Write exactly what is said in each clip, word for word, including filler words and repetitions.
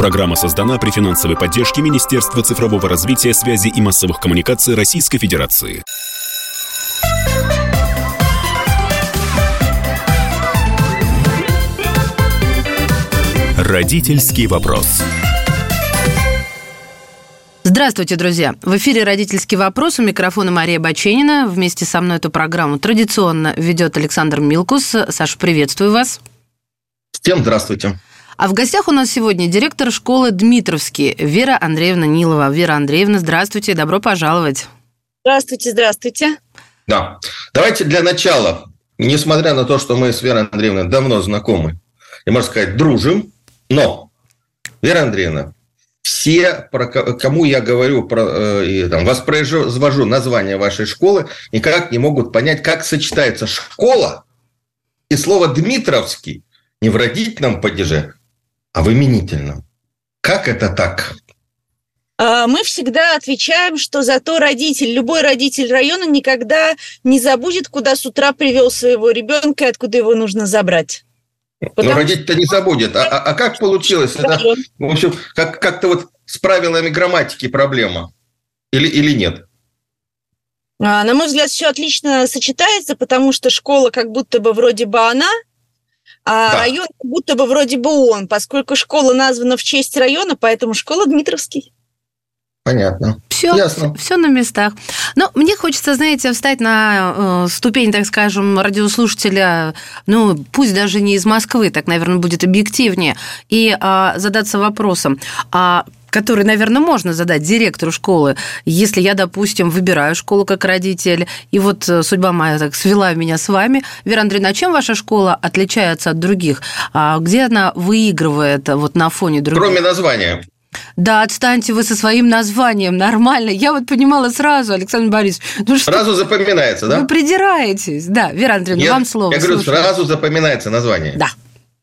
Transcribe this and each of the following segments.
Программа создана при финансовой поддержке Министерства цифрового развития, связи и массовых коммуникаций Российской Федерации. Родительский вопрос. Здравствуйте, друзья! В эфире «Родительский вопрос». У микрофона Мария Баченина. Вместе со мной эту программу традиционно ведет Александр Милкус. Саша, приветствую вас. Всем здравствуйте. А в гостях у нас сегодня директор школы Дмитровский Вера Андреевна Нилова. Вера Андреевна, здравствуйте, добро пожаловать. Здравствуйте, здравствуйте. Да. Давайте для начала, несмотря на то, что мы с Верой Андреевной давно знакомы, и, можно сказать, дружим, но, Вера Андреевна, все, про кому я говорю, про, и, там, воспроизвожу название вашей школы, никак не могут понять, как сочетается школа и слово «Дмитровский» не в родительном падеже, а в именительном. Как это так? Мы всегда отвечаем, что зато родитель, любой родитель района никогда не забудет, куда с утра привел своего ребенка и откуда его нужно забрать. Потому Но родитель-то не забудет. А, а как получилось? Это, в общем, как, как-то вот с правилами грамматики проблема. Или, или нет? А, на мой взгляд, все отлично сочетается, потому что школа как будто бы вроде бы она, а да. Район как будто бы вроде бы он, поскольку школа названа в честь района, поэтому школа Дмитровский. Понятно. Все, Ясно. все на местах. Но мне хочется, знаете, встать на э, ступень, так скажем, радиослушателя, ну, пусть даже не из Москвы, так, наверное, будет объективнее, и э, задаться вопросом, а который, наверное, можно задать директору школы, если я, допустим, выбираю школу как родитель, и вот судьба моя так свела меня с вами. Вера Андреевна, а чем ваша школа отличается от других? А где она выигрывает вот на фоне других? Кроме названия. Да, отстаньте вы со своим названием, нормально. Я вот понимала сразу, Александр Борисович. Ну, сразу что? Запоминается, да? Вы придираетесь. Да, Вера Андреевна, Нет, вам слово. Я говорю, слушаю. Сразу запоминается название. Да.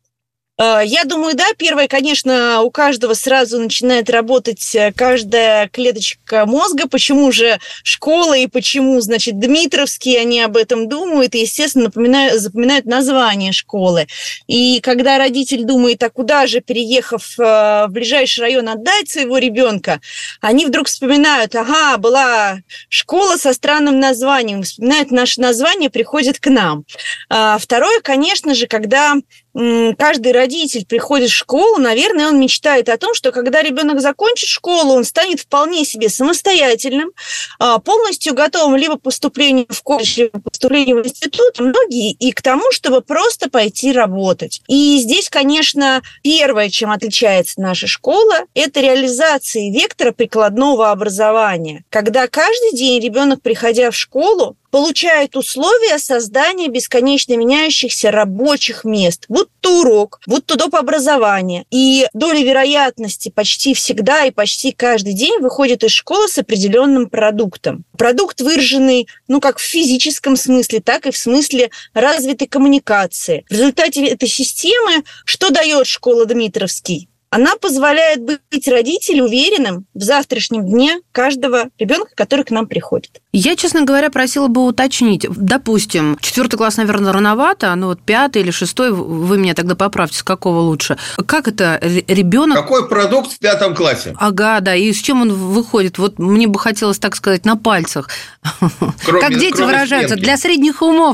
Я думаю, да, первое, конечно, у каждого сразу начинает работать каждая клеточка мозга, почему же школа и почему, значит, Дмитровский, они об этом думают и, естественно, напоминают, запоминают название школы. И когда родитель думает, а куда же, переехав в ближайший район, отдать своего ребенка, они вдруг вспоминают, ага, была школа со странным названием, вспоминают наше название, приходят к нам. Второе, конечно же, когда каждый родитель приходит в школу, наверное, он мечтает о том, что когда ребенок закончит школу, он станет вполне себе самостоятельным, полностью готовым либо к поступлению в колледж, либо к поступлению в институт, многие, и к тому, чтобы просто пойти работать. И здесь, конечно, первое, чем отличается наша школа, это реализация вектора прикладного образования, когда каждый день ребенок, приходя в школу, получает условия создания бесконечно меняющихся рабочих мест, будь то урок, будь то доп. Образование. И доля вероятности почти всегда и почти каждый день выходит из школы с определенным продуктом. Продукт, выраженный, ну, как в физическом смысле, так и в смысле развитой коммуникации. В результате этой системы что дает школа Дмитровский? Она позволяет быть родителю уверенным в завтрашнем дне каждого ребенка, который к нам приходит. Я, честно говоря, просила бы уточнить. Допустим, четвертый класс, наверное, рановато, но вот пятый или шестой, вы меня тогда поправьте, с какого лучше. Как это ребенок? Какой продукт в пятом классе? Ага, да, и с чем он выходит? Вот мне бы хотелось, так сказать, на пальцах. Кроме, как дети выражаются, стенки. Для средних умов.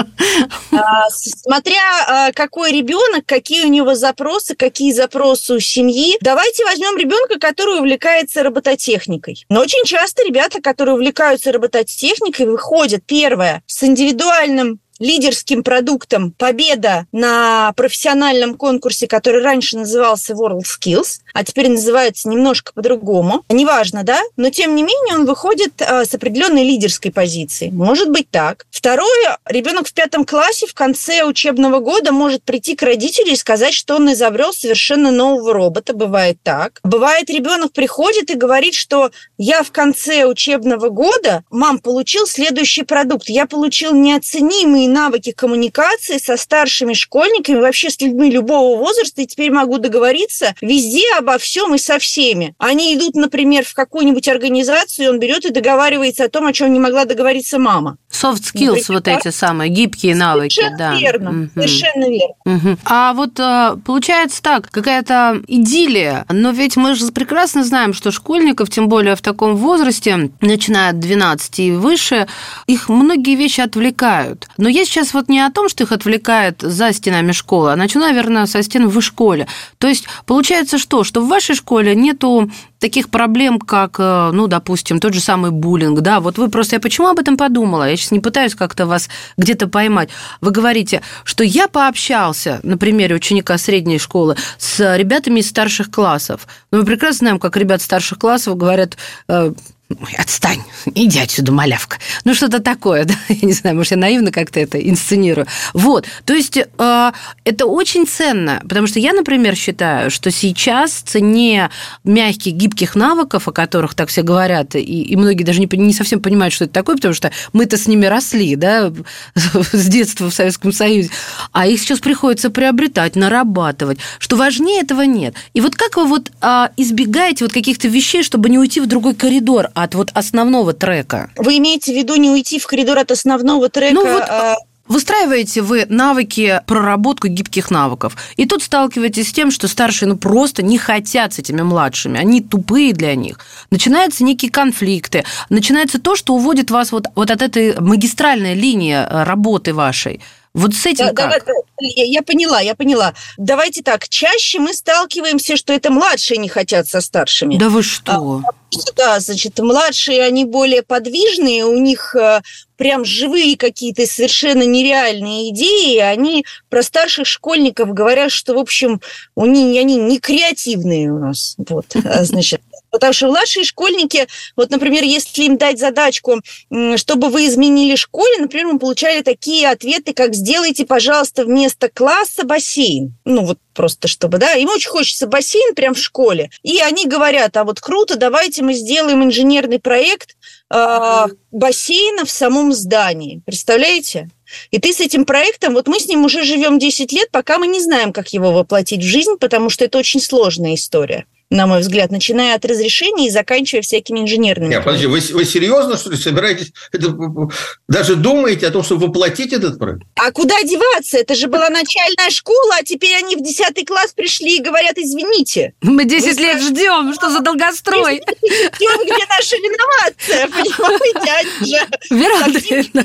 Смотря какой ребенок, какие у него запросы, какие запросы у семьи. Давайте возьмем ребенка, который увлекается робототехникой. Но очень часто ребята, которые увлекаются робототехникой, выходят, первое, с индивидуальным лидерским продуктом победа на профессиональном конкурсе, который раньше назывался WorldSkills, а теперь называется немножко по-другому. Неважно, да? Но, тем не менее, он выходит а, с определенной лидерской позиции. Может быть так. Второе, ребенок в пятом классе в конце учебного года может прийти к родителю и сказать, что он изобрел совершенно нового робота. Бывает так. Бывает, ребенок приходит и говорит, что я в конце учебного года, мам, получил следующий продукт. Я получил неоценимые навыки коммуникации со старшими школьниками, вообще с людьми любого возраста, и теперь могу договориться везде обо всем и со всеми. Они идут, например, в какую-нибудь организацию, и он берет и договаривается о том, о чем не могла договориться мама. Soft skills, например, вот эти самые гибкие навыки. Совершенно да. верно, угу. совершенно верно. Угу. А вот получается так, какая-то идиллия, но ведь мы же прекрасно знаем, что школьников, тем более в таком возрасте, начиная от двенадцати и выше, их многие вещи отвлекают. Но я сейчас вот не о том, что их отвлекает за стенами школы, а начну, наверное, со стен в школе. То есть получается что? Что в вашей школе нету таких проблем, как, ну, допустим, тот же самый буллинг, да, вот вы просто, я почему об этом подумала? Я сейчас не пытаюсь как-то вас где-то поймать. Вы говорите, что я пообщался, на примере ученика средней школы, с ребятами из старших классов. Но мы прекрасно знаем, как ребята старших классов говорят: ой, отстань, иди отсюда, малявка. Ну, что-то такое, да, я не знаю, может, я наивно как-то это инсценирую. Вот, то есть э, это очень ценно, потому что я, например, считаю, что сейчас цене мягких, гибких навыков, о которых так все говорят, и, и многие даже не, не совсем понимают, что это такое, потому что мы-то с ними росли, да, с детства в Советском Союзе, а их сейчас приходится приобретать, нарабатывать, что важнее этого нет. И вот как вы вот э, избегаете вот каких-то вещей, чтобы не уйти в другой коридор от вот основного трека? Вы имеете в виду не уйти в коридор от основного трека? Ну вот а... выстраиваете вы навыки, проработку гибких навыков, и тут сталкиваетесь с тем, что старшие ну просто не хотят с этими младшими, они тупые для них. Начинаются некие конфликты, начинается то, что уводит вас вот, вот от этой магистральной линии работы вашей. Вот с этим да, как? Да, я, я поняла, я поняла. Давайте так, чаще мы сталкиваемся, что это младшие не хотят со старшими. Да вы что? А, да, значит, младшие, они более подвижные, у них а, прям живые какие-то совершенно нереальные идеи, они про старших школьников говорят, что, в общем, у них, они не креативные у нас. Вот, значит. Потому что младшие школьники, вот, например, если им дать задачку, чтобы вы изменили в школе, например, мы получали такие ответы, как «сделайте, пожалуйста, вместо класса бассейн». Ну, вот просто чтобы, да, им очень хочется бассейн прямо в школе. И они говорят: а вот круто, давайте мы сделаем инженерный проект э, бассейна в самом здании. Представляете? И ты с этим проектом, вот мы с ним уже живем десять лет, пока мы не знаем, как его воплотить в жизнь, потому что это очень сложная история, на мой взгляд, начиная от разрешений и заканчивая всякими инженерными. Нет, подожди, вы, вы серьезно, что ли, собираетесь, это, даже думаете о том, чтобы воплотить этот проект? А куда деваться? Это же была начальная школа, а теперь они в десятый класс пришли и говорят: извините. Мы десять вы лет ждем, что за долгострой? Ждем, где наша виновация, понимаете? Они же... Вера Андреевна,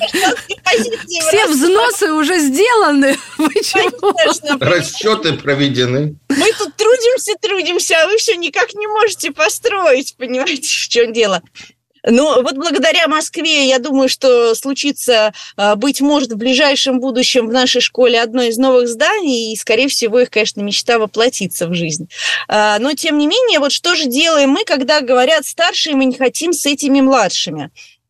все взносы уже сделаны. Почему? Расчеты проведены. Мы тут трудимся, трудимся, а вы все никак не можете построить, понимаете, в чем дело. Ну, вот благодаря Москве, я думаю, что случится, быть может, в ближайшем будущем в нашей школе одно из новых зданий, и, скорее всего, их, конечно, мечта воплотится в жизнь. Но, тем не менее, вот что же делаем мы, когда говорят старшие, мы не хотим с этими младшими?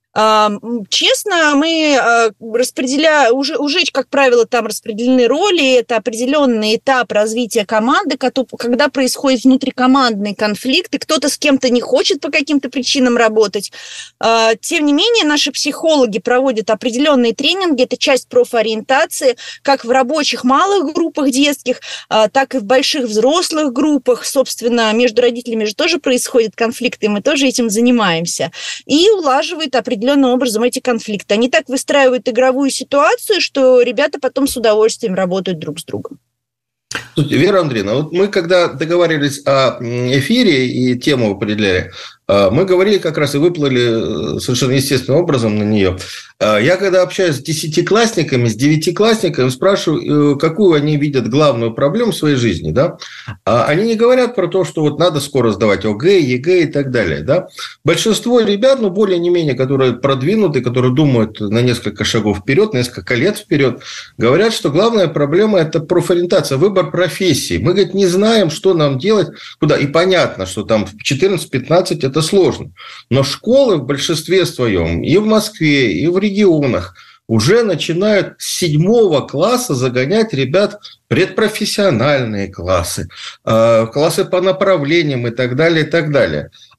Честно, мы распределяем, уже, уже, как правило, там распределены роли, это определенный этап развития команды, когда происходит внутрикомандный конфликт, и кто-то с кем-то не хочет по каким-то причинам работать. Тем не менее, наши психологи проводят определенные тренинги, это часть профориентации, как в рабочих малых группах детских, так и в больших взрослых группах. Собственно, между родителями же тоже происходят конфликты, и мы тоже этим занимаемся. И улаживают определенные определенным образом эти конфликты. Они так выстраивают игровую ситуацию, что ребята потом с удовольствием работают друг с другом. Слушайте, Вера Андреевна, вот мы когда договаривались о эфире и тему определяли, мы говорили как раз и выплыли совершенно естественным образом на нее. Я когда общаюсь с десятиклассниками, с девятиклассниками, спрашиваю, какую они видят главную проблему в своей жизни, да? Они не говорят про то, что вот надо скоро сдавать ОГЭ, ЕГЭ и так далее, да? Большинство ребят, ну, более не менее, которые продвинуты, которые думают на несколько шагов вперед, на несколько лет вперед, говорят, что главная проблема – это профориентация, выбор профессии. Мы, говорит, не знаем, что нам делать, куда. И понятно, что там в четырнадцать-пятнадцать это сложно. Но школы в большинстве своем и в Москве, и в регионах уже начинают с седьмого класса загонять ребят в предпрофессиональные классы, классы по направлениям и так далее, и так далее.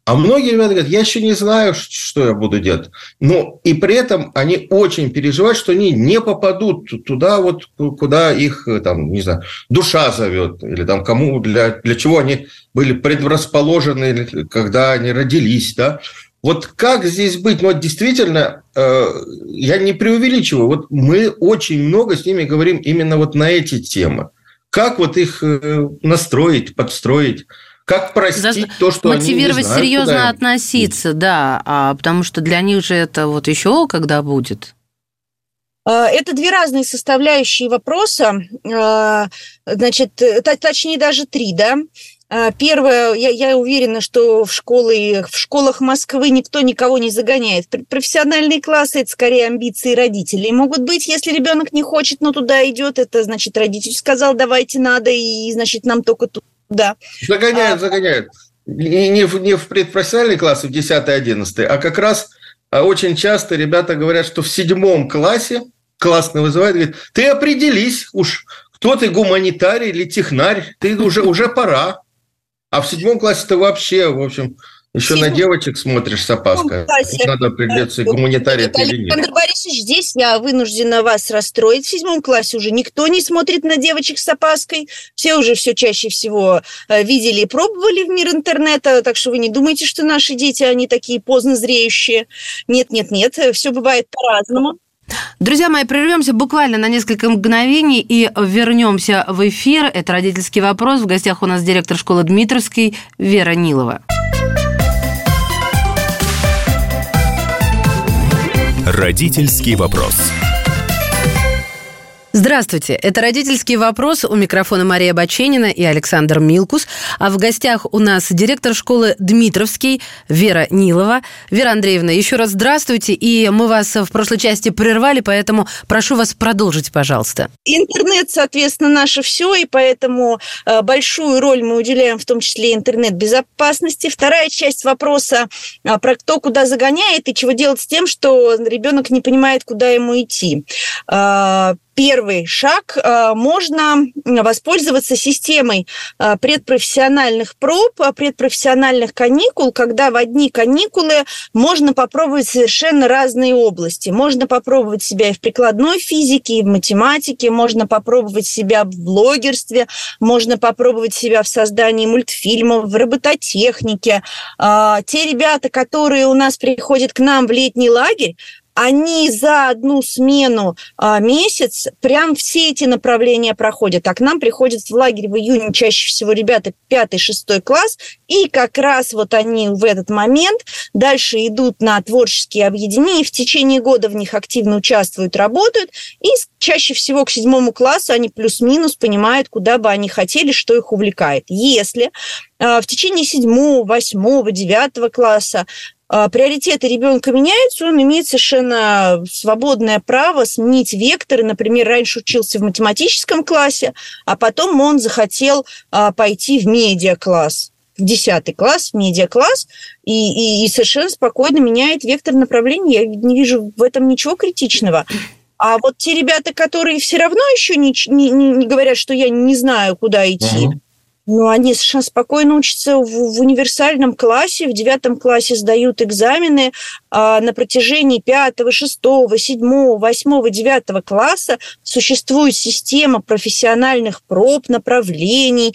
А многие ребята говорят, я еще не знаю, что я буду делать. Но и при этом они очень переживают, что они не попадут туда, вот, куда их, там, не знаю, душа зовет, или там кому, для, для чего они были предрасположены, когда они родились, да. Вот как здесь быть? Ну, вот действительно, э, я не преувеличиваю. Вот мы очень много с ними говорим именно вот на эти темы. Как вот их э, настроить, подстроить? Как простить За... то, что они не знают, мотивировать серьезно относиться, да, а, потому что для них же это вот еще когда будет? Это две разные составляющие вопроса, значит, точнее даже три, да. Первое, я, я уверена, что в, школы, в школах Москвы никто никого не загоняет. Профессиональные классы – это скорее амбиции родителей. Могут быть, если ребенок не хочет, но туда идет, это значит, родитель сказал, давайте надо, и значит, нам только туда. Да. Загоняют, а, загоняют. Не, не, в, не в предпрофессиональные классы, в десятый-одиннадцатый, а как раз очень часто ребята говорят, что в седьмом классе классно вызывает, говорит, ты определись уж, кто ты, гуманитарий или технарь, ты уже, уже пора. А в седьмом классе ты вообще, в общем... Еще Седьмой. На девочек смотришь с опаской. Надо определиться, гуманитарий это или нет. Александр Борисович, здесь я вынуждена вас расстроить. В седьмом классе уже никто не смотрит на девочек с опаской. Все уже все чаще всего видели и пробовали в мир интернета. Так что вы не думайте, что наши дети, они такие поздно зреющие. Нет, нет, нет. Все бывает по-разному. Друзья мои, прервемся буквально на несколько мгновений и вернемся в эфир. Это «Родительский вопрос». В гостях у нас директор школы Дмитровской Вера Нилова. Родительский вопрос. Здравствуйте, это «Родительский вопрос». У микрофона Мария Баченина и Александр Милкус. А в гостях у нас директор школы Дмитровский Вера Нилова. Вера Андреевна, еще раз здравствуйте. И мы вас в прошлой части прервали, поэтому прошу вас продолжить, пожалуйста. Интернет, соответственно, наше все, и поэтому большую роль мы уделяем в том числе интернет-безопасности. Вторая часть вопроса про кто куда загоняет и чего делать с тем, что ребенок не понимает, куда ему идти. Первый шаг – можно воспользоваться системой предпрофессиональных проб, предпрофессиональных каникул, когда в одни каникулы можно попробовать совершенно разные области. Можно попробовать себя и в прикладной физике, и в математике, можно попробовать себя в блогерстве, можно попробовать себя в создании мультфильмов, в робототехнике. Те ребята, которые у нас приходят к нам в летний лагерь, они за одну смену а, месяц прям все эти направления проходят. А к нам приходят в лагерь в июне чаще всего ребята пятый-шестой класс, и как раз вот они в этот момент дальше идут на творческие объединения, в течение года в них активно участвуют, работают, и чаще всего к седьмому классу они плюс-минус понимают, куда бы они хотели, что их увлекает. Если а, в течение седьмого, восьмого, девятого класса приоритеты ребенка меняются, он имеет совершенно свободное право сменить векторы. Например, раньше учился в математическом классе, а потом он захотел пойти в медиакласс, в десятый класс, в медиакласс, и, и, и совершенно спокойно меняет вектор направления. Я не вижу в этом ничего критичного. А вот те ребята, которые все равно еще не, не, не говорят, что я не знаю, куда идти, uh-huh. Ну, они совершенно спокойно учатся в, в универсальном классе, в девятом классе сдают экзамены. А на протяжении пятого, шестого, седьмого, восьмого, девятого класса существует система профессиональных проб, направлений.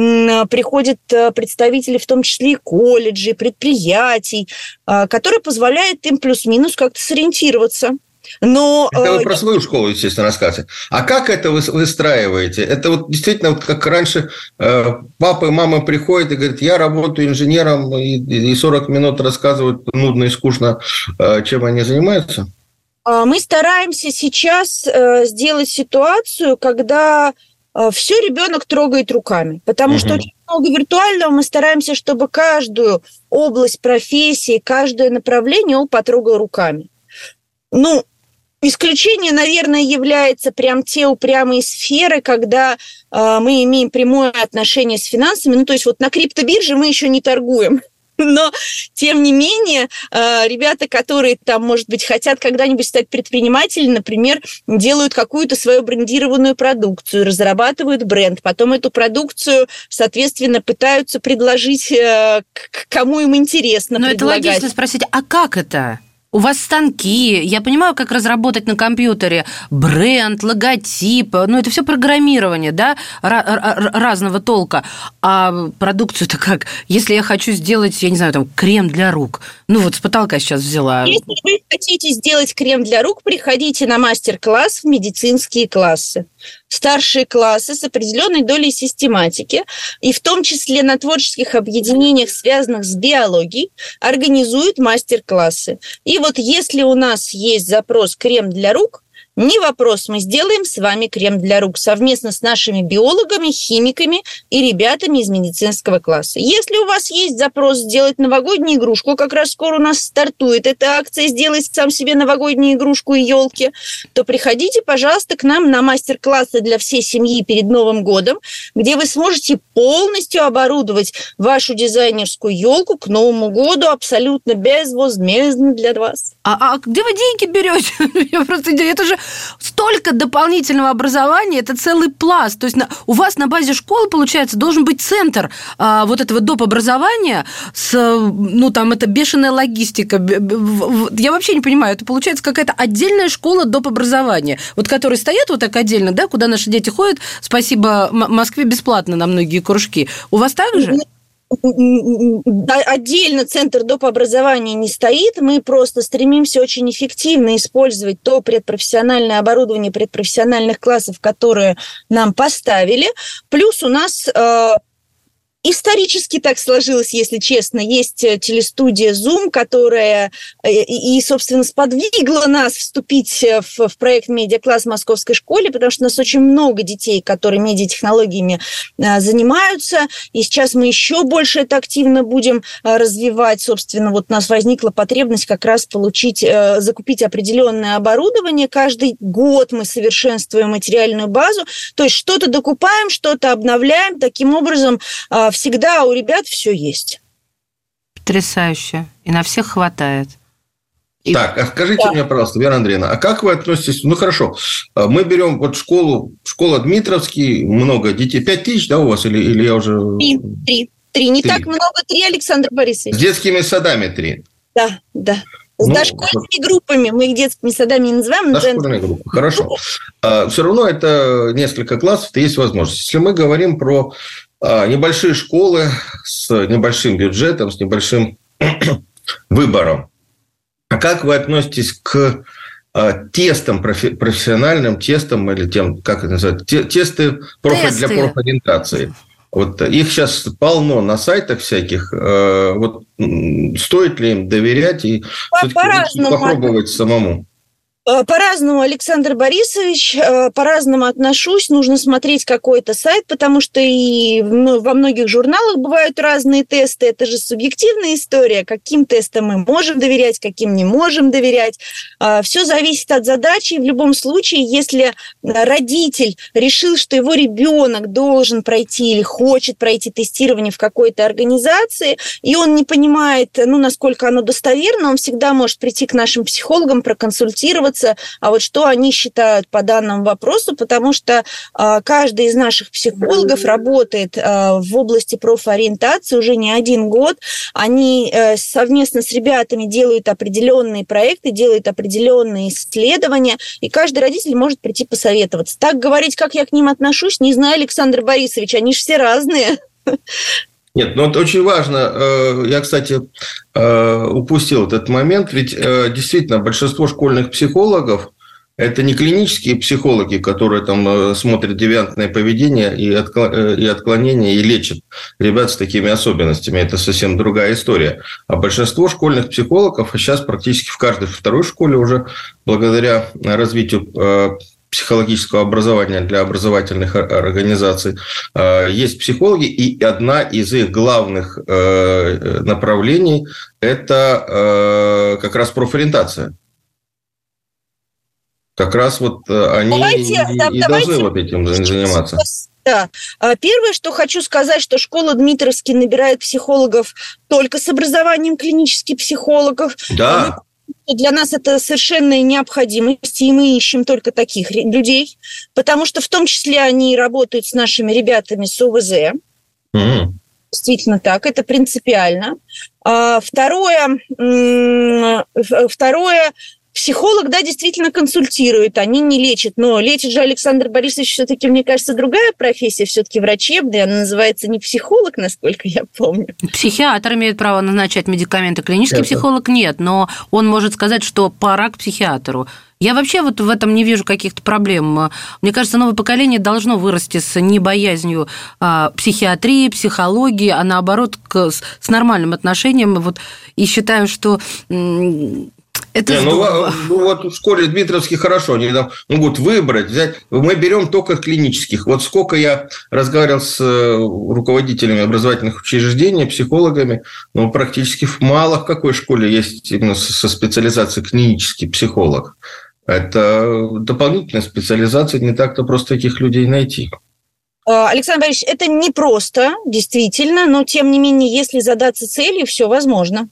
Приходят представители, в том числе и колледжей, предприятий, которые позволяют им плюс-минус как-то сориентироваться. Но, это вы э, про свою школу, естественно, рассказываете. А как это вы выстраиваете? Это вот действительно, вот как раньше э, папа и мама приходят и говорят, я работаю инженером, и, и сорок минут рассказывают нудно и скучно, э, чем они занимаются? Мы стараемся сейчас э, сделать ситуацию, когда э, все ребенок трогает руками, потому угу. что очень много виртуального, мы стараемся, чтобы каждую область профессии, каждое направление он потрогал руками. Ну, исключение, наверное, является прям те упрямые сферы, когда э, мы имеем прямое отношение с финансами. Ну, то есть вот на криптобирже мы еще не торгуем. Но, тем не менее, ребята, которые там, может быть, хотят когда-нибудь стать предпринимателями, например, делают какую-то свою брендированную продукцию, разрабатывают бренд, потом эту продукцию, соответственно, пытаются предложить, кому им интересно. Но это логично спросить, а как это? У вас станки, я понимаю, как разработать на компьютере бренд, логотип, ну, это все программирование, да, разного толка. А продукцию-то как? Если я хочу сделать, я не знаю, там, крем для рук, ну, вот с потолка сейчас взяла. Если вы хотите сделать крем для рук, приходите на мастер-класс в медицинские классы. Старшие классы с определенной долей систематики, и в том числе на творческих объединениях, связанных с биологией, организуют мастер-классы. И вот если у нас есть запрос «крем для рук», не вопрос, мы сделаем с вами крем для рук совместно с нашими биологами, химиками и ребятами из медицинского класса. Если у вас есть запрос сделать новогоднюю игрушку, как раз скоро у нас стартует эта акция «Сделай сам себе новогоднюю игрушку и елки», то приходите, пожалуйста, к нам на мастер-классы для всей семьи перед Новым годом, где вы сможете полностью оборудовать вашу дизайнерскую елку к Новому году абсолютно безвозмездно для вас. А, а где вы деньги берете? Я просто, это же столько дополнительного образования, это целый пласт. То есть на, у вас на базе школы, получается, должен быть центр а, вот этого доп. Образования с, ну, там, это бешеная логистика. Я вообще не понимаю, это получается какая-то отдельная школа доп. Образования, вот которые стоят вот так отдельно, да, куда наши дети ходят, спасибо Москве, бесплатно на многие кружки. У вас так же? Отдельно центр доп. Образования не стоит, мы просто стремимся очень эффективно использовать то предпрофессиональное оборудование предпрофессиональных классов, которые нам поставили. Плюс у нас э, исторически так сложилось, если честно, есть телестудия Zoom, которая и, собственно, сподвигла нас вступить в, в проект «Медиакласс» в Московской школе, потому что у нас очень много детей, которые медиатехнологиями занимаются, и сейчас мы еще больше это активно будем развивать. Собственно, вот у нас возникла потребность как раз получить, закупить определенное оборудование. Каждый год мы совершенствуем материальную базу, то есть что-то докупаем, что-то обновляем. Таким образом, всегда у ребят все есть. Потрясающе. И на всех хватает. И... Так, а скажите да. мне, пожалуйста, Вера Андреевна, а как вы относитесь... Ну, хорошо, мы берем вот школу, школа Дмитровский, много детей, пять тысяч, да, у вас? Или, или я уже... Три, три, три. Не три. Так много, три, Александр Борисович. С детскими садами три. Да, да. С ну, дошкольными группами, мы их детскими садами не называем. Дошкольные группы, хорошо. А, все равно это несколько классов, это есть возможность. Если мы говорим про а, небольшие школы с небольшим бюджетом, с небольшим выбором, а как вы относитесь к а, тестам, профи- профессиональным тестам или тем, как это называется, те, тесты профи- для профориентации? Вот их сейчас полно на сайтах всяких. Вот стоит ли им доверять и попробовать самому? По-разному, Александр Борисович, по-разному отношусь. Нужно смотреть какой-то сайт, потому что и ну, во многих журналах бывают разные тесты. Это же субъективная история. Каким тестам мы можем доверять, каким не можем доверять. Все зависит от задачи. В любом случае, если родитель решил, что его ребенок должен пройти или хочет пройти тестирование в какой-то организации, и он не понимает, ну, насколько оно достоверно, он всегда может прийти к нашим психологам, проконсультироваться, а вот что они считают по данному вопросу, потому что а, каждый из наших психологов работает а, в области профориентации уже не один год. Они а, совместно с ребятами делают определенные проекты, делают определенные исследования, и каждый родитель может прийти посоветоваться. Так говорить, как я к ним отношусь, не знаю, Александр Борисович, они же все разные. Нет, ну это очень важно. Я, кстати, упустил этот момент, ведь действительно большинство школьных психологов – это не клинические психологи, которые там смотрят девиантное поведение и отклонения и лечат ребят с такими особенностями. Это совсем другая история. А большинство школьных психологов, а сейчас практически в каждой второй школе уже благодаря развитию психологического образования для образовательных организаций, есть психологи, и одна из их главных направлений – это как раз профориентация. Как раз вот они давайте, и, да, и давайте, должны вот этим заниматься. Да. Первое, что хочу сказать, что школа Дмитровский набирает психологов только с образованием клинических психологов. Да. Для нас это совершенная необходимость, и мы ищем только таких людей, потому что в том числе они работают с нашими ребятами с ОВЗ. Mm-hmm. Действительно так, это принципиально. Второе, второе, психолог, да, действительно консультирует, они не лечат, но лечит же Александр Борисович все-таки, мне кажется, другая профессия, все-таки врачебная, она называется не психолог, насколько я помню. Психиатр имеет право назначать медикаменты, клинический это. Психолог нет, но он может сказать, что пора к психиатру. Я вообще вот в этом не вижу каких-то проблем. Мне кажется, новое поколение должно вырасти с небоязнью а, психиатрии, психологии, а наоборот к, с, с нормальным отношением. Вот, и считаю, что... М- Это Не, ну, ну вот в школе Дмитровский хорошо, они там могут выбрать, взять. Мы берем только клинических. Вот сколько я разговаривал с руководителями образовательных учреждений, психологами, ну, практически мало в какой школе есть именно со специализацией клинический психолог. Это дополнительная специализация, не так-то просто таких людей найти. Александр Борисович, это непросто, действительно, но тем не менее, если задаться целью, все возможно.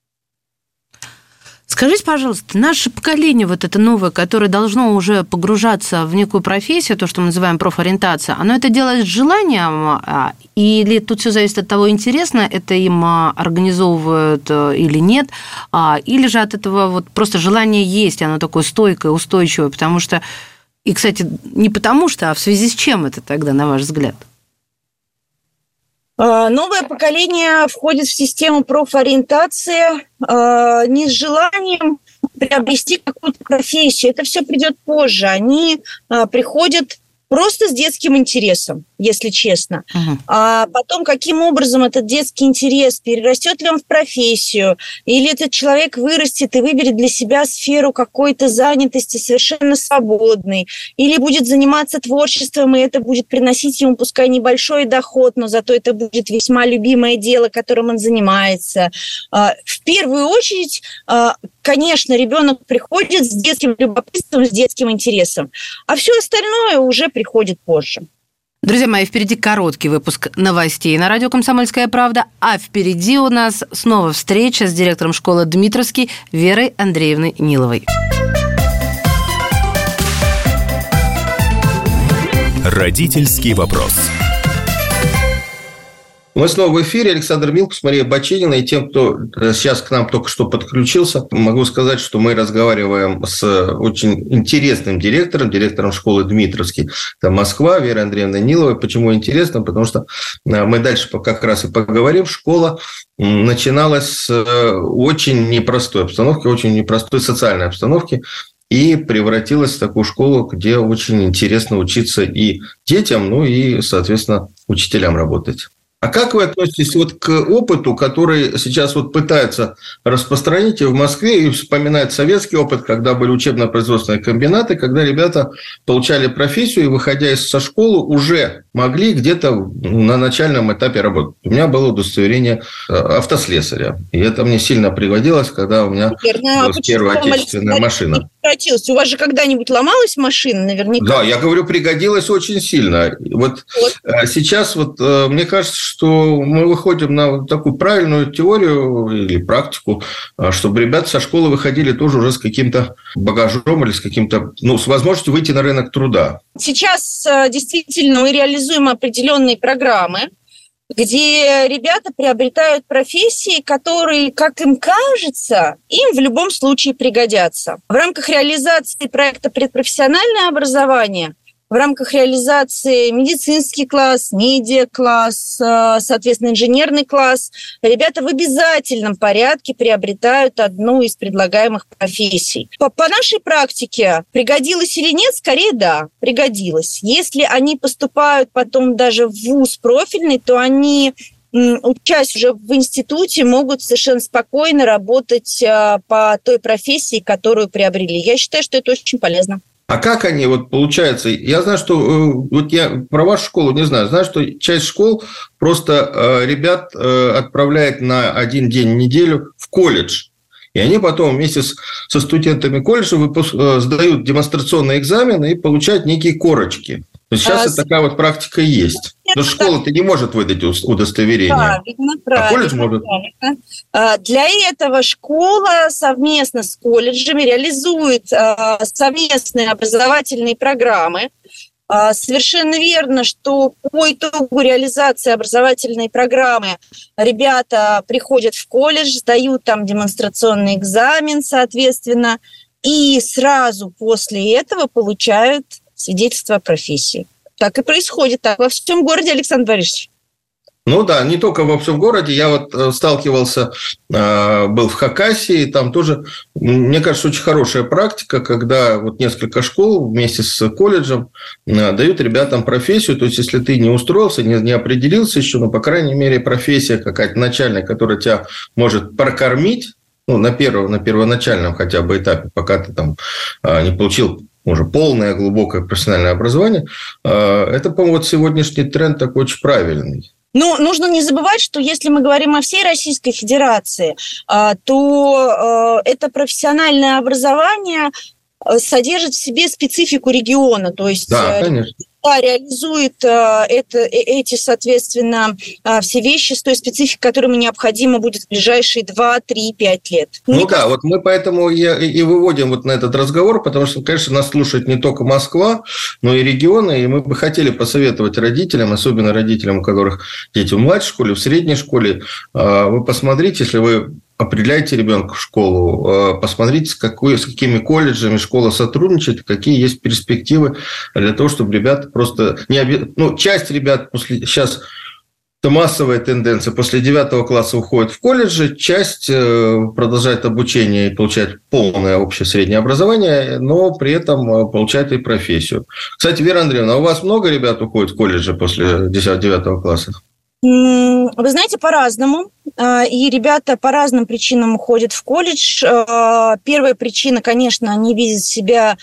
Скажите, пожалуйста, наше поколение, вот это новое, которое должно уже погружаться в некую профессию, то, что мы называем профориентация, оно это делает с желанием, или тут все зависит от того, интересно это им организовывают или нет, или же от этого вот просто желание есть, оно такое стойкое, устойчивое, потому что, и, кстати, не потому что, а в связи с чем это тогда, на ваш взгляд? Новое поколение входит в систему профориентации не с желанием приобрести какую-то профессию. Это все придет позже. Они приходят просто с детским интересом, если честно. Uh-huh. А потом, каким образом этот детский интерес, перерастет ли он в профессию, или этот человек вырастет и выберет для себя сферу какой-то занятости совершенно свободной, или будет заниматься творчеством, и это будет приносить ему, пускай небольшой доход, но зато это будет весьма любимое дело, которым он занимается. В первую очередь, конечно, ребенок приходит с детским любопытством, с детским интересом, а все остальное уже приходит позже. Друзья мои, впереди короткий выпуск новостей на радио «Комсомольская правда», а впереди у нас снова встреча с директором школы Дмитровский Верой Андреевной Ниловой. Родительский вопрос. Мы снова в эфире. Александр Милкус, Мария Баченина. И тем, кто сейчас к нам только что подключился, могу сказать, что мы разговариваем с очень интересным директором, директором школы Дмитровский. Это Москва, Вера Андреевна Нилова. Почему интересно? Потому что мы дальше как раз и поговорим. Школа начиналась с очень непростой обстановки, очень непростой социальной обстановки. И превратилась в такую школу, где очень интересно учиться и детям, ну и, соответственно, учителям работать. А как вы относитесь вот к опыту, который сейчас вот пытаются распространить и в Москве, и вспоминать советский опыт, когда были учебно-производственные комбинаты, когда ребята получали профессию и, выходя со школы, уже могли где-то на начальном этапе работать. У меня было удостоверение автослесаря, и это мне сильно пригодилось, когда у меня Верно. была первая отечественная машина. У вас же когда-нибудь ломалась машина, наверняка? Да, я говорю, пригодилось очень сильно. Вот, вот. Сейчас вот мне кажется, что мы выходим на такую правильную теорию или практику, чтобы ребята со школы выходили тоже уже с каким-то багажом или с каким-то, ну, с возможностью выйти на рынок труда. Сейчас действительно мы реализуем определенные программы, где ребята приобретают профессии, которые, как им кажется, им в любом случае пригодятся. В рамках реализации проекта «Предпрофессиональное образование», в рамках реализации медицинский класс, медиа-класс, соответственно, инженерный класс, ребята в обязательном порядке приобретают одну из предлагаемых профессий. По, по нашей практике, пригодилось или нет, скорее да, пригодилось. Если они поступают потом даже в вуз профильный, то они, учась уже в институте, могут совершенно спокойно работать по той профессии, которую приобрели. Я считаю, что это очень полезно. А как они, вот получается, я знаю, что, вот я про вашу школу не знаю, знаю, что часть школ просто ребят отправляет на один день в неделю в колледж, и они потом вместе с, со студентами колледжа выпуск, сдают демонстрационные экзамены и получают некие корочки. То есть сейчас а, и такая вот практика есть. Но школа-то не может выдать удостоверение. Правильно, правильно. А колледж может. Правильно. Для этого школа совместно с колледжами реализует совместные образовательные программы. Совершенно верно, что по итогу реализации образовательной программы ребята приходят в колледж, сдают там демонстрационный экзамен, соответственно, и сразу после этого получают свидетельство о профессии. Так и происходит, так во всем городе, Александр Борисович. Ну да, не только во всем городе. Я вот сталкивался, был в Хакасии, там тоже, мне кажется, очень хорошая практика, когда вот несколько школ вместе с колледжем дают ребятам профессию. То есть, если ты не устроился, не, не определился еще, но, по крайней мере, профессия какая-то начальная, которая тебя может прокормить, ну, на, первом, на первоначальном хотя бы этапе, пока ты там не получил уже полное, глубокое профессиональное образование, это, по-моему, вот сегодняшний тренд такой очень правильный. Ну, нужно не забывать, что если мы говорим о всей Российской Федерации, то это профессиональное образование содержит в себе специфику региона. То есть да, конечно. Да, реализует это, эти, соответственно, все вещи с той спецификой, которая необходима будет в ближайшие два, три, пять лет. Ну, ну да, вот мы поэтому и, и выводим вот на этот разговор, потому что, конечно, нас слушает не только Москва, но и регионы, и мы бы хотели посоветовать родителям, особенно родителям, у которых дети в младшей школе, в средней школе, вы посмотрите, если вы определяйте ребенка в школу, посмотрите, с, какой, с какими колледжами школа сотрудничает, какие есть перспективы для того, чтобы ребята просто... не оби... Ну, часть ребят после... сейчас это массовая тенденция. После девятого класса уходит в колледжи, часть продолжает обучение и получает полное общее среднее образование, но при этом получает и профессию. Кстати, Вера Андреевна, а у вас много ребят уходит в колледжи после десятого-девятого класса? Вы знаете, по-разному. И ребята по разным причинам уходят в колледж. Первая причина, конечно, они видят себя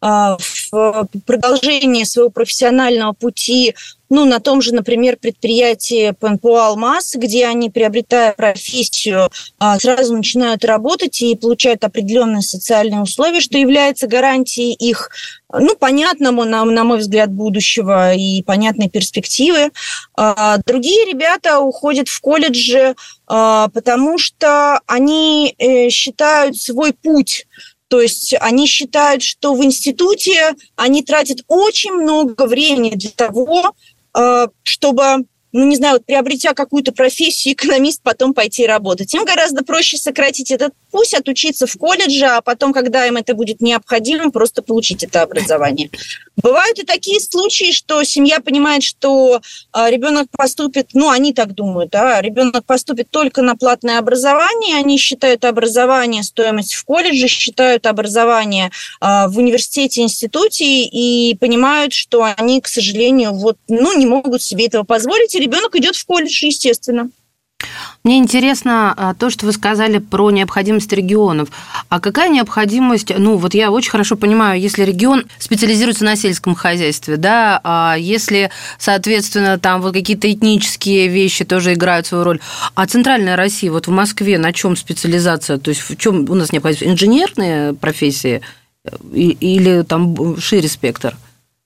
в продолжении своего профессионального пути, ну, на том же, например, предприятии ПНПО «Алмаз», где они, приобретая профессию, сразу начинают работать и получают определенные социальные условия, что является гарантией их, ну, понятному, на, на мой взгляд, будущего и понятной перспективы. Другие ребята уходят в колледжи, потому что они считают свой путь. То есть они считают, что в институте они тратят очень много времени для того, чтобы, ну, не знаю, вот, приобретя какую-то профессию, экономист, потом пойти работать. Им гораздо проще сократить этот путь, отучиться в колледже, а потом, когда им это будет необходимо, просто получить это образование. Бывают и такие случаи, что семья понимает, что ребенок поступит, ну, они так думают, да, ребенок поступит только на платное образование, они считают образование, стоимость в колледже, считают образование в университете, институте и понимают, что они, к сожалению, вот, ну, не могут себе этого позволить, и ребенок идет в колледж, естественно. Мне интересно то, что вы сказали про необходимость регионов. А какая необходимость, ну вот я очень хорошо понимаю, если регион специализируется на сельском хозяйстве, да, а если, соответственно, там вот какие-то этнические вещи тоже играют свою роль, а центральная Россия, вот в Москве на чем специализация, то есть в чем у нас необходимость, инженерные профессии или там шире спектр?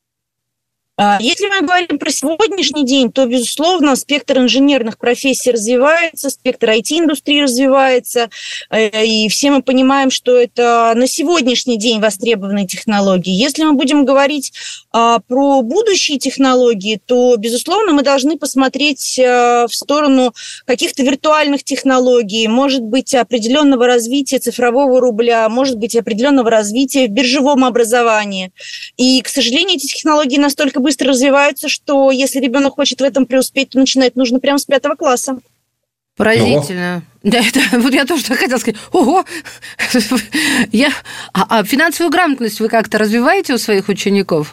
Если мы говорим про сегодняшний день, то, безусловно, спектр инженерных профессий развивается, спектр ай ти-индустрии развивается, и все мы понимаем, что это на сегодняшний день востребованные технологии. Если мы будем говорить про будущие технологии, то, безусловно, мы должны посмотреть в сторону каких-то виртуальных технологий, может быть, определенного развития цифрового рубля, может быть, определенного развития в биржевом образовании. И, к сожалению, эти технологии настолько быстро развиваются, что если ребенок хочет в этом преуспеть, то начинать нужно прямо с пятого класса. Поразительно. Ого. Да, это, вот я тоже хотела сказать, ого, я, а, а финансовую грамотность вы как-то развиваете у своих учеников?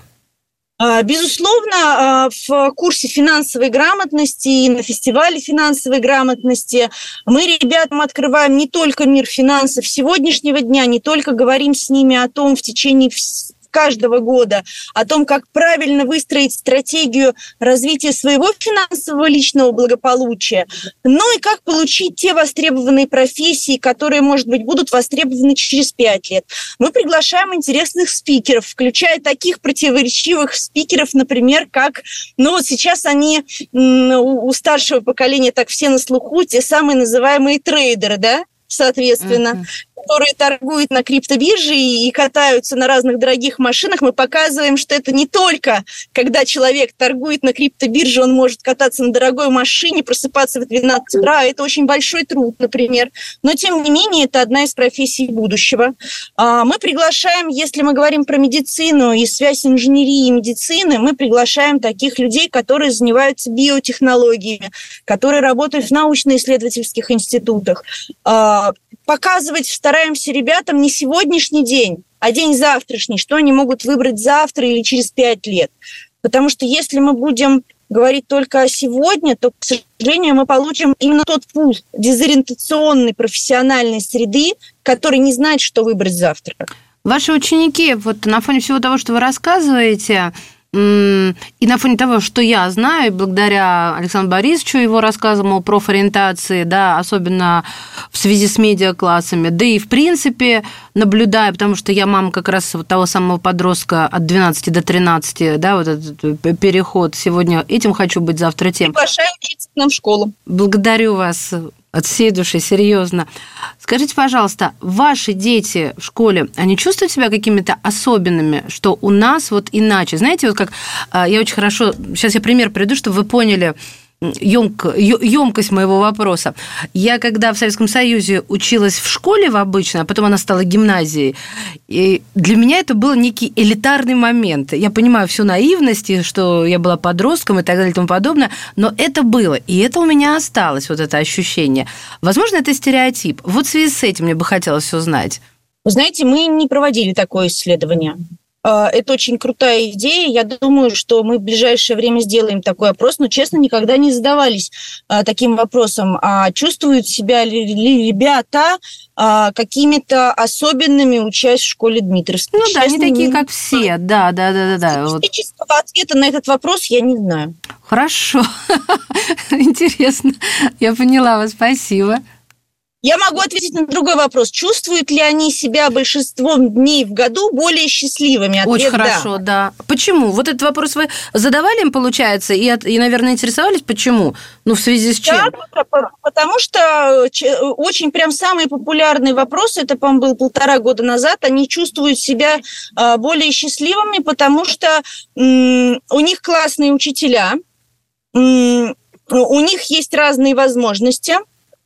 Безусловно, в курсе финансовой грамотности и на фестивале финансовой грамотности мы ребятам открываем не только мир финансов сегодняшнего дня, не только говорим с ними о том в течение каждого года о том, как правильно выстроить стратегию развития своего финансового личного благополучия, ну и как получить те востребованные профессии, которые, может быть, будут востребованы через пять лет. Мы приглашаем интересных спикеров, включая таких противоречивых спикеров, например, как, ну вот сейчас они у старшего поколения так все на слуху, те самые называемые трейдеры, да, соответственно, uh-huh. которые торгуют на криптобирже и катаются на разных дорогих машинах. Мы показываем, что это не только, когда человек торгует на криптобирже, он может кататься на дорогой машине, просыпаться в двенадцать утра. Это очень большой труд, например. Но, тем не менее, это одна из профессий будущего. Мы приглашаем, если мы говорим про медицину и связь инженерии и медицины, мы приглашаем таких людей, которые занимаются биотехнологиями, которые работают в научно-исследовательских институтах. Показывать стараемся ребятам не сегодняшний день, а день завтрашний, что они могут выбрать завтра или через пять лет. Потому что если мы будем говорить только о сегодня, то, к сожалению, мы получим именно тот пул дезориентационной профессиональной среды, который не знает, что выбрать завтра. Ваши ученики, вот на фоне всего того, что вы рассказываете, и на фоне того, что я знаю, благодаря Александру Борисовичу, его рассказам о профориентации, да, особенно в связи с медиаклассами, да и, в принципе, наблюдая, потому что я мама как раз вот того самого подростка от двенадцати до тринадцати, да, вот этот переход, сегодня этим хочу быть, завтра тем. Приглашаю идти к нам в школу. Благодарю вас от всей души, серьезно. Скажите, пожалуйста, ваши дети в школе, они чувствуют себя какими-то особенными, что у нас вот иначе? Знаете, вот как я очень хорошо... Сейчас я пример приведу, чтобы вы поняли емкость моего вопроса. Я когда в Советском Союзе училась в школе в обычной, а потом она стала гимназией, и для меня это был некий элитарный момент. Я понимаю всю наивность, что я была подростком и так далее и тому подобное, но это было, и это у меня осталось, вот это ощущение. Возможно, это стереотип. Вот в связи с этим мне бы хотелось узнать. Вы знаете, мы не проводили такое исследование. Это очень крутая идея. Я думаю, что мы в ближайшее время сделаем такой опрос, но, честно, никогда не задавались а, таким вопросом, а чувствуют себя ли, ли ребята а, какими-то особенными, учась в школе Дмитровской. Ну честно, да, они такие, не как все, да, да, да, да. да. Статистического вот. Ответа на этот вопрос я не знаю. Хорошо, интересно, я поняла вас, спасибо. Я могу ответить на другой вопрос. Чувствуют ли они себя большинством дней в году более счастливыми? Ответ Очень хорошо, да. да. Почему? Вот этот вопрос вы задавали им, получается, и, и, наверное, интересовались, почему? Ну, в связи с чем? Да, потому что очень прям самый популярный вопрос, это, по-моему, был полтора года назад, они чувствуют себя более счастливыми, потому что м- у них классные учителя, м- у них есть разные возможности,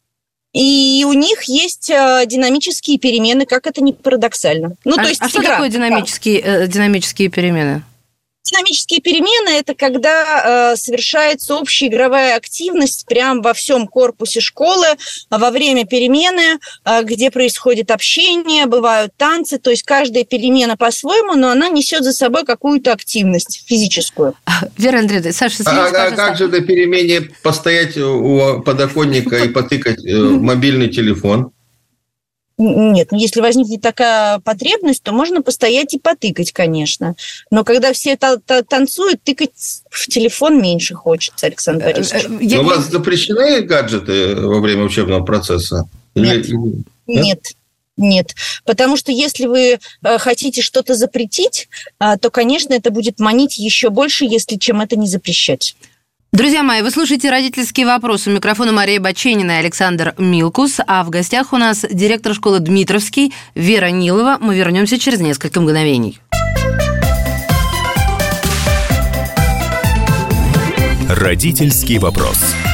и у них есть э, динамические перемены, как это ни парадоксально. Ну, а то есть а что игра. такое динамические, э, динамические перемены? Динамические перемены – это когда э, совершается общая игровая активность прямо во всем корпусе школы во время перемены, э, где происходит общение, бывают танцы. То есть каждая перемена по-своему, но она несет за собой какую-то активность физическую. Вера Андреевна, Саша, а, а как же на перемене постоять у подоконника и потыкать мобильный телефон? Нет, ну если возникнет такая потребность, то можно постоять и потыкать, конечно. Но когда все танцуют, тыкать в телефон меньше хочется, Александр Борисович. Но у вас запрещены гаджеты во время учебного процесса? Нет, Или... нет. Нет, потому что если вы хотите что-то запретить, то, конечно, это будет манить еще больше, если чем это не запрещать. Друзья мои, вы слушаете «Родительский вопрос». У микрофона Мария Баченина и Александр Милкус. А в гостях у нас директор школы Дмитровский Вера Нилова. Мы вернемся через несколько мгновений. «Родительский вопрос».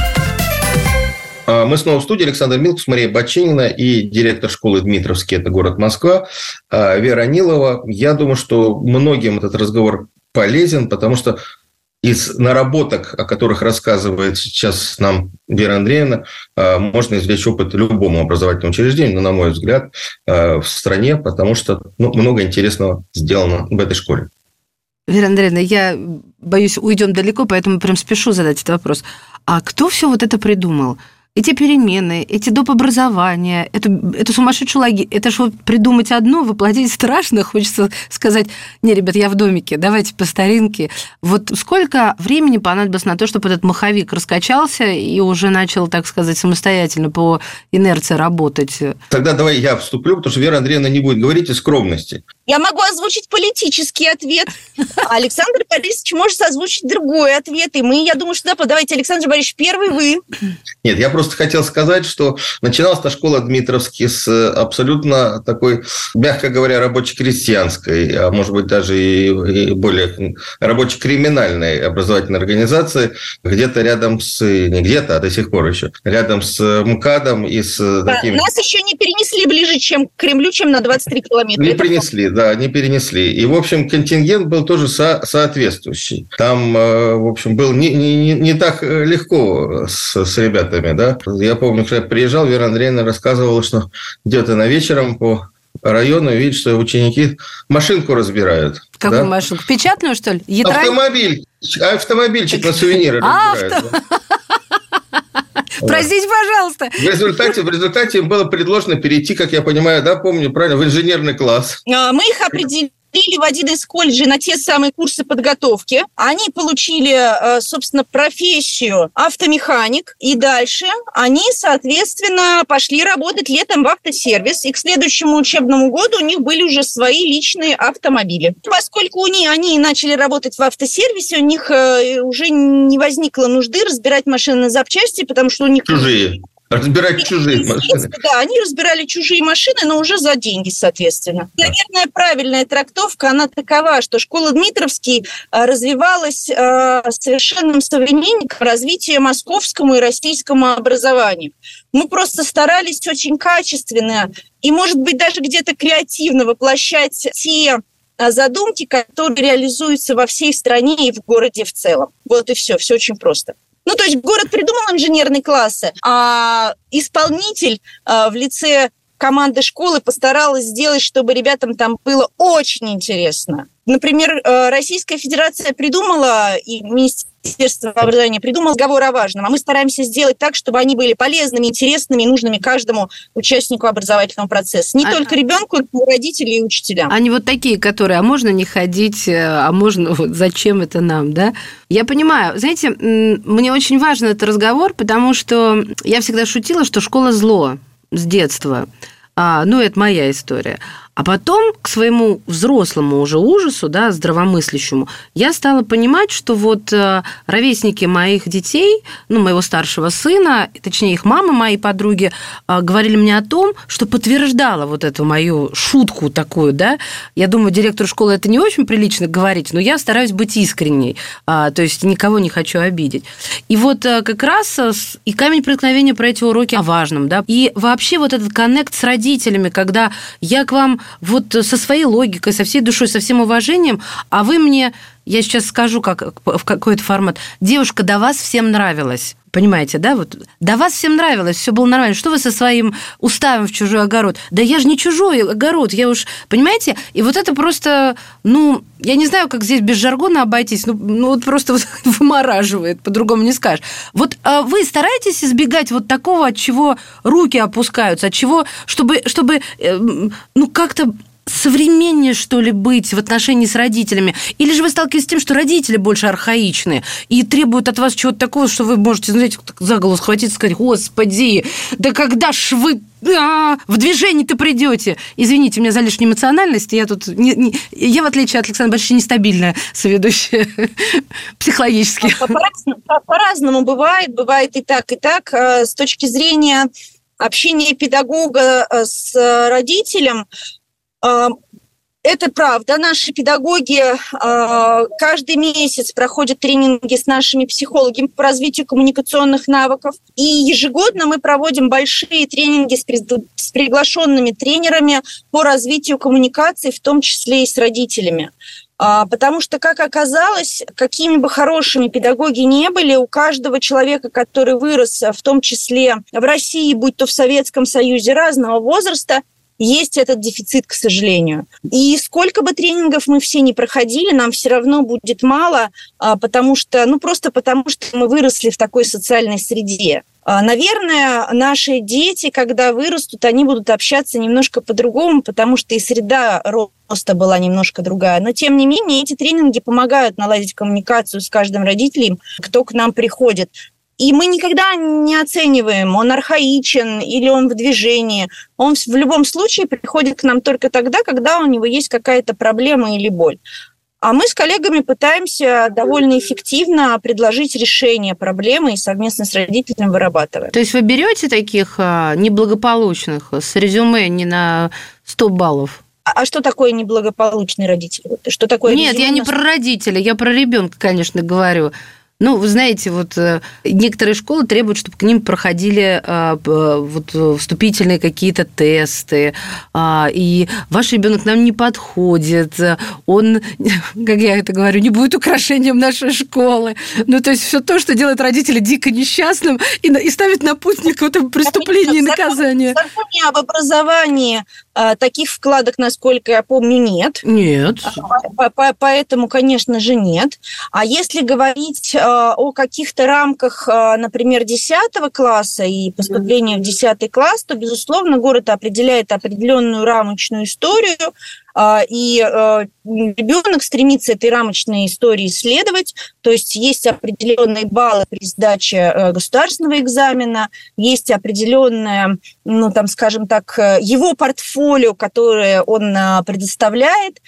Мы снова в студии. Александр Милкус, Мария Баченина и директор школы Дмитровский, это город Москва, Вера Нилова. Я думаю, что многим этот разговор полезен, потому что из наработок, о которых рассказывает сейчас нам Вера Андреевна, можно извлечь опыт любому образовательному учреждению, но, на мой взгляд, в стране, потому что ну, много интересного сделано в этой школе. Вера Андреевна, я боюсь, уйдем далеко, поэтому прям спешу задать этот вопрос. А кто все вот это придумал? эти перемены, эти доп. Образования, эту, эту сумасшедшую логику, это же вот придумать одно, воплотить страшно, хочется сказать, не, ребят, я в домике, давайте по старинке. Вот сколько времени понадобилось на то, чтобы этот маховик раскачался и уже начал, так сказать, самостоятельно по инерции работать? Тогда давай я вступлю, потому что Вера Андреевна не будет говорить из скромности. Я могу озвучить политический ответ, а Александр Борисович может озвучить другой ответ. И мы, я думаю, что да, давайте, Александр Борисович, первый вы. Нет, я просто хотел сказать, что начиналась эта школа Дмитровский с абсолютно такой, мягко говоря, рабоче-крестьянской, а может быть даже и более рабоче-криминальной образовательной организации, где-то рядом с... Не где-то, а до сих пор еще. Рядом с МКАДом и с такими... Нас еще не перенесли ближе, чем к Кремлю, чем на двадцать три километра. Не Это перенесли, да, не перенесли. И, в общем, контингент был тоже со- соответствующий. Там, в общем, был не, не, не так легко с, с ребятами, да. Я помню, когда я приезжал, Вера Андреевна рассказывала, что где-то на вечером по району видит, что ученики машинку разбирают. Какую да? машинку? Печатную, что ли? Ятрань? Автомобиль. Автомобильчик на сувениры разбирают. Простите, пожалуйста. В результате, в результате им было предложено перейти, как я понимаю, да, помню правильно, в инженерный класс. Мы их определили в один из колледжей на те самые курсы подготовки. Они получили, собственно, профессию автомеханик. И дальше они, соответственно, пошли работать летом в автосервис. И к следующему учебному году у них были уже свои личные автомобили. Поскольку у них, они начали работать в автосервисе, у них уже не возникло нужды разбирать машины на запчасти, потому что у них... Чужие. Разбирать чужие машины. Да, они разбирали чужие машины, но уже за деньги, соответственно. Наверное, правильная трактовка, она такова, что школа Дмитровский развивалась совершенным современником развития московскому и российскому образованию. Мы просто старались очень качественно и, может быть, даже где-то креативно воплощать те задумки, которые реализуются во всей стране и в городе в целом. Вот и все, все очень просто. Ну, то есть город придумал инженерные классы, а исполнитель а, в лице команды школы постаралась сделать, чтобы ребятам там было очень интересно. Например, Российская Федерация придумала, и Министерство образования придумало разговор о важном, а мы стараемся сделать так, чтобы они были полезными, интересными и нужными каждому участнику образовательного процесса. Не а, только ребенку, но и родителям и учителям. Они вот такие, которые, а можно не ходить, а можно, вот зачем это нам, да? Я понимаю. Знаете, мне очень важен этот разговор, потому что я всегда шутила, что школа зло с детства. А, ну, это моя история. А потом, к своему взрослому уже ужасу, да, здравомыслящему, я стала понимать, что вот ровесники моих детей, ну, моего старшего сына, точнее, их мамы, мои подруги, говорили мне о том, что подтверждало вот эту мою шутку такую, да. Я думаю, директору школы это не очень прилично говорить, но я стараюсь быть искренней, то есть никого не хочу обидеть. И вот как раз и камень преткновения про эти уроки о важном, да. И вообще вот этот коннект с родителями, когда я к вам вот со своей логикой, со всей душой, со всем уважением, а вы мне, я сейчас скажу, как, в какой-то формат, девушка, до вас всем нравилось. Понимаете, да? Вот, до вас всем нравилось, все было нормально. Что вы со своим уставом в чужой огород? Да я же не чужой огород, я уж... Понимаете? И вот это просто, ну, я не знаю, как здесь без жаргона обойтись, ну, ну вот просто вот вымораживает, по-другому не скажешь. Вот а вы стараетесь избегать вот такого, от чего руки опускаются, от чего, чтобы, чтобы ну, как-то... современнее, что ли, быть в отношении с родителями? Или же вы сталкиваетесь с тем, что родители больше архаичные и требуют от вас чего-то такого, что вы можете, знаете, за голову схватиться и сказать: «Господи, да когда ж вы а, в движение-то придете?» Извините меня за лишнюю эмоциональность, я тут... Не, не, я, в отличие от Александра Борисовича, нестабильная соведущая психологически. По-разному, по-разному бывает, бывает и так, и так. С точки зрения общения педагога с родителем, это правда. Наши педагоги каждый месяц проходят тренинги с нашими психологами по развитию коммуникационных навыков. И ежегодно мы проводим большие тренинги с приглашенными тренерами по развитию коммуникации, в том числе и с родителями. Потому что, как оказалось, какими бы хорошими педагоги не были, у каждого человека, который вырос, в том числе в России, будь то в Советском Союзе, разного возраста, есть этот дефицит, к сожалению. И сколько бы тренингов мы все не проходили, нам все равно будет мало, потому что, ну, просто потому что мы выросли в такой социальной среде. Наверное, наши дети, когда вырастут, они будут общаться немножко по-другому, потому что и среда роста была немножко другая. Но, тем не менее, эти тренинги помогают наладить коммуникацию с каждым родителем, кто к нам приходит. И мы никогда не оцениваем, он архаичен или он в движении. Он в любом случае приходит к нам только тогда, когда у него есть какая-то проблема или боль. А мы с коллегами пытаемся довольно эффективно предложить решение проблемы и совместно с родителями вырабатываем. То есть вы берете таких неблагополучных с резюме не на сто баллов? А что такое неблагополучный родитель? Что такое Нет, резюме? я не про родителя, я про ребенка, конечно, говорю. Ну, вы знаете, вот некоторые школы требуют, чтобы к ним проходили вот, вступительные какие-то тесты, и ваш ребенок нам не подходит, он, как я это говорю, не будет украшением нашей школы. Ну, то есть все то, что делает родителя дико несчастным и, и ставит на путь какого-то преступления и наказания. В законе об образовании таких вкладок, насколько я помню, нет. Нет. Поэтому, конечно же, нет. А если говорить о каких-то рамках, например, десятого класса и поступления в десятый класс, то, безусловно, город определяет определенную рамочную историю, и ребенок стремится этой рамочной истории исследовать, то есть есть определенные баллы при сдаче государственного экзамена, есть определенное, ну, там, скажем так, его портфолио, которое он предоставляет,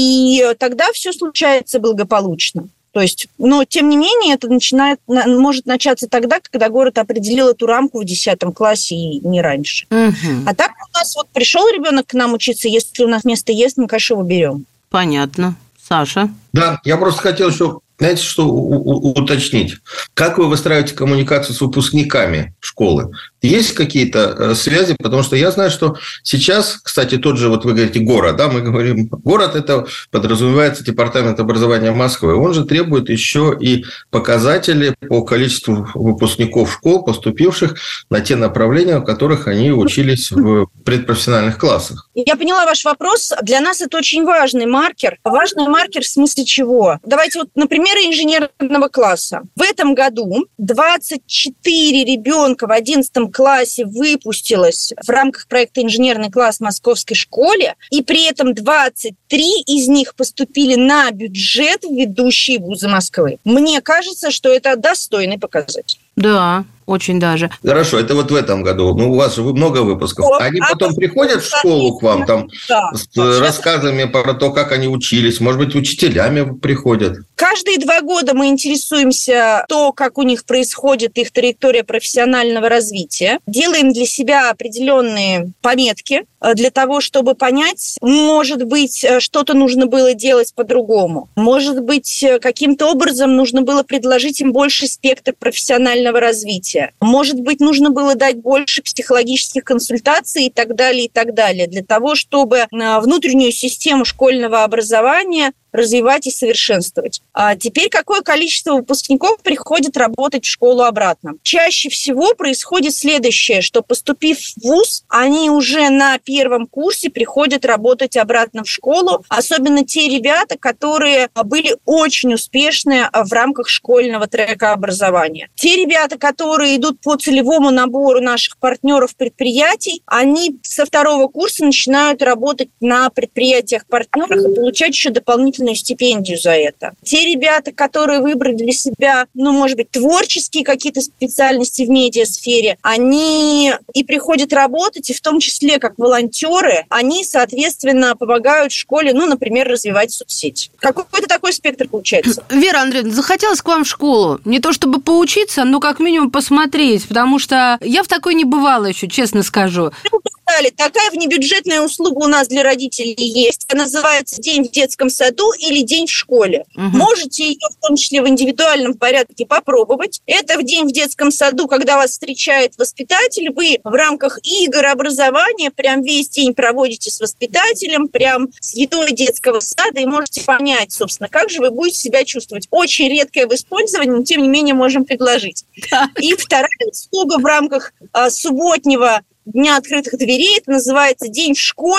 и тогда все случается благополучно. То есть, но, тем не менее, это начинает, может начаться тогда, когда город определил эту рамку в десятом классе и не раньше. Угу. А так у нас вот пришел ребенок к нам учиться, если у нас место есть, мы, конечно, его берем. Понятно. Саша? Да, я просто хотел еще, знаете, что уточнить. Как вы выстраиваете коммуникацию с выпускниками школы? Есть какие-то связи? Потому что я знаю, что сейчас, кстати, тот же, вот вы говорите, город, да, мы говорим, город – это подразумевается департамент образования Москвы. Он же требует еще и показатели по количеству выпускников школ, поступивших на те направления, в которых они учились в предпрофессиональных классах. Я поняла ваш вопрос. Для нас это очень важный маркер. Важный маркер в смысле чего? Давайте вот, например, инженерного класса. В этом году двадцать четыре ребенка в одиннадцатом классе выпустилось в рамках проекта «Инженерный класс» в московской школе, и при этом двадцать три из них поступили на бюджет в ведущие вузы Москвы. Мне кажется, что это достойный показатель. Да, очень даже. Хорошо, это вот в этом году. Ну, у вас же много выпусков. О, они а потом а приходят в школу к вам там да, с да, рассказами про то, как они учились. Может быть, учителями приходят? Каждые два года мы интересуемся то, как у них происходит их траектория профессионального развития. Делаем для себя определенные пометки для того, чтобы понять, может быть, что-то нужно было делать по-другому. Может быть, каким-то образом нужно было предложить им больше спектр профессионального развития. Может быть, нужно было дать больше психологических консультаций и так далее, и так далее, для того, чтобы внутреннюю систему школьного образования развивать и совершенствовать. А теперь какое количество выпускников приходит работать в школу обратно? Чаще всего происходит следующее, что, поступив в вуз, они уже на первом курсе приходят работать обратно в школу, особенно те ребята, которые были очень успешны в рамках школьного трека образования. Те ребята, которые идут по целевому набору наших партнеров-предприятий, они со второго курса начинают работать на предприятиях-партнерах и получать еще дополнительные стипендию за это. Те ребята, которые выбрали для себя, ну, может быть, творческие какие-то специальности в медиасфере, они и приходят работать, и в том числе как волонтеры, они, соответственно, помогают школе, ну, например, развивать соцсети. Какой-то такой спектр получается. Вера Андреевна, захотелось к вам в школу. Не то чтобы поучиться, но как минимум посмотреть, потому что я в такой не бывала еще, честно скажу. Такая внебюджетная услуга у нас для родителей есть. Она называется «День в детском саду» или «День в школе». Угу. Можете ее в том числе в индивидуальном порядке попробовать. Это в день в детском саду, когда вас встречает воспитатель. Вы в рамках игр, образования прям весь день проводите с воспитателем, прям с едой детского сада, и можете понять, собственно, как же вы будете себя чувствовать. Очень редкое в использовании, но тем не менее можем предложить. Так. И вторая услуга в рамках а, субботнего Дня открытых дверей, это называется «День в школе».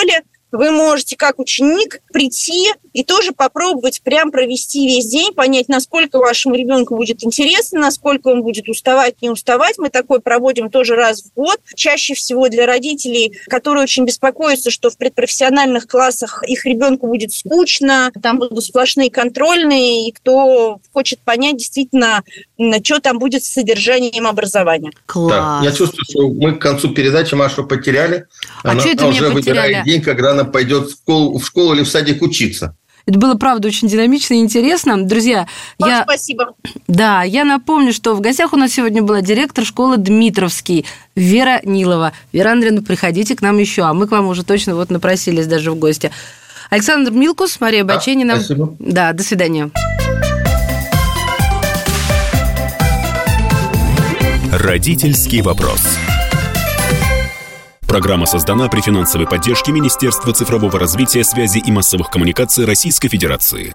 вы можете как ученик прийти и тоже попробовать прям провести весь день, понять, насколько вашему ребенку будет интересно, насколько он будет уставать, не уставать. Мы такое проводим тоже раз в год. Чаще всего для родителей, которые очень беспокоятся, что в предпрофессиональных классах их ребенку будет скучно, там будут сплошные контрольные, и кто хочет понять действительно, что там будет с содержанием образования. Класс. Так, я чувствую, что мы к концу передачи Машу потеряли. А Она что это уже меня потеряли? выбирает день, когда она пойдет в школу, в школу или в садик учиться. Это было, правда, очень динамично и интересно. Друзья, Вам я... спасибо. Да, я напомню, что в гостях у нас сегодня была директор школы Дмитровский Вера Нилова. Вера Андреевна, приходите к нам еще, а мы к вам уже точно вот напросились даже в гости. Александр Милкус, Мария Да, Баченина. спасибо. Да, до свидания. Родительский вопрос. Программа создана при финансовой поддержке Министерства цифрового развития, связи и массовых коммуникаций Российской Федерации.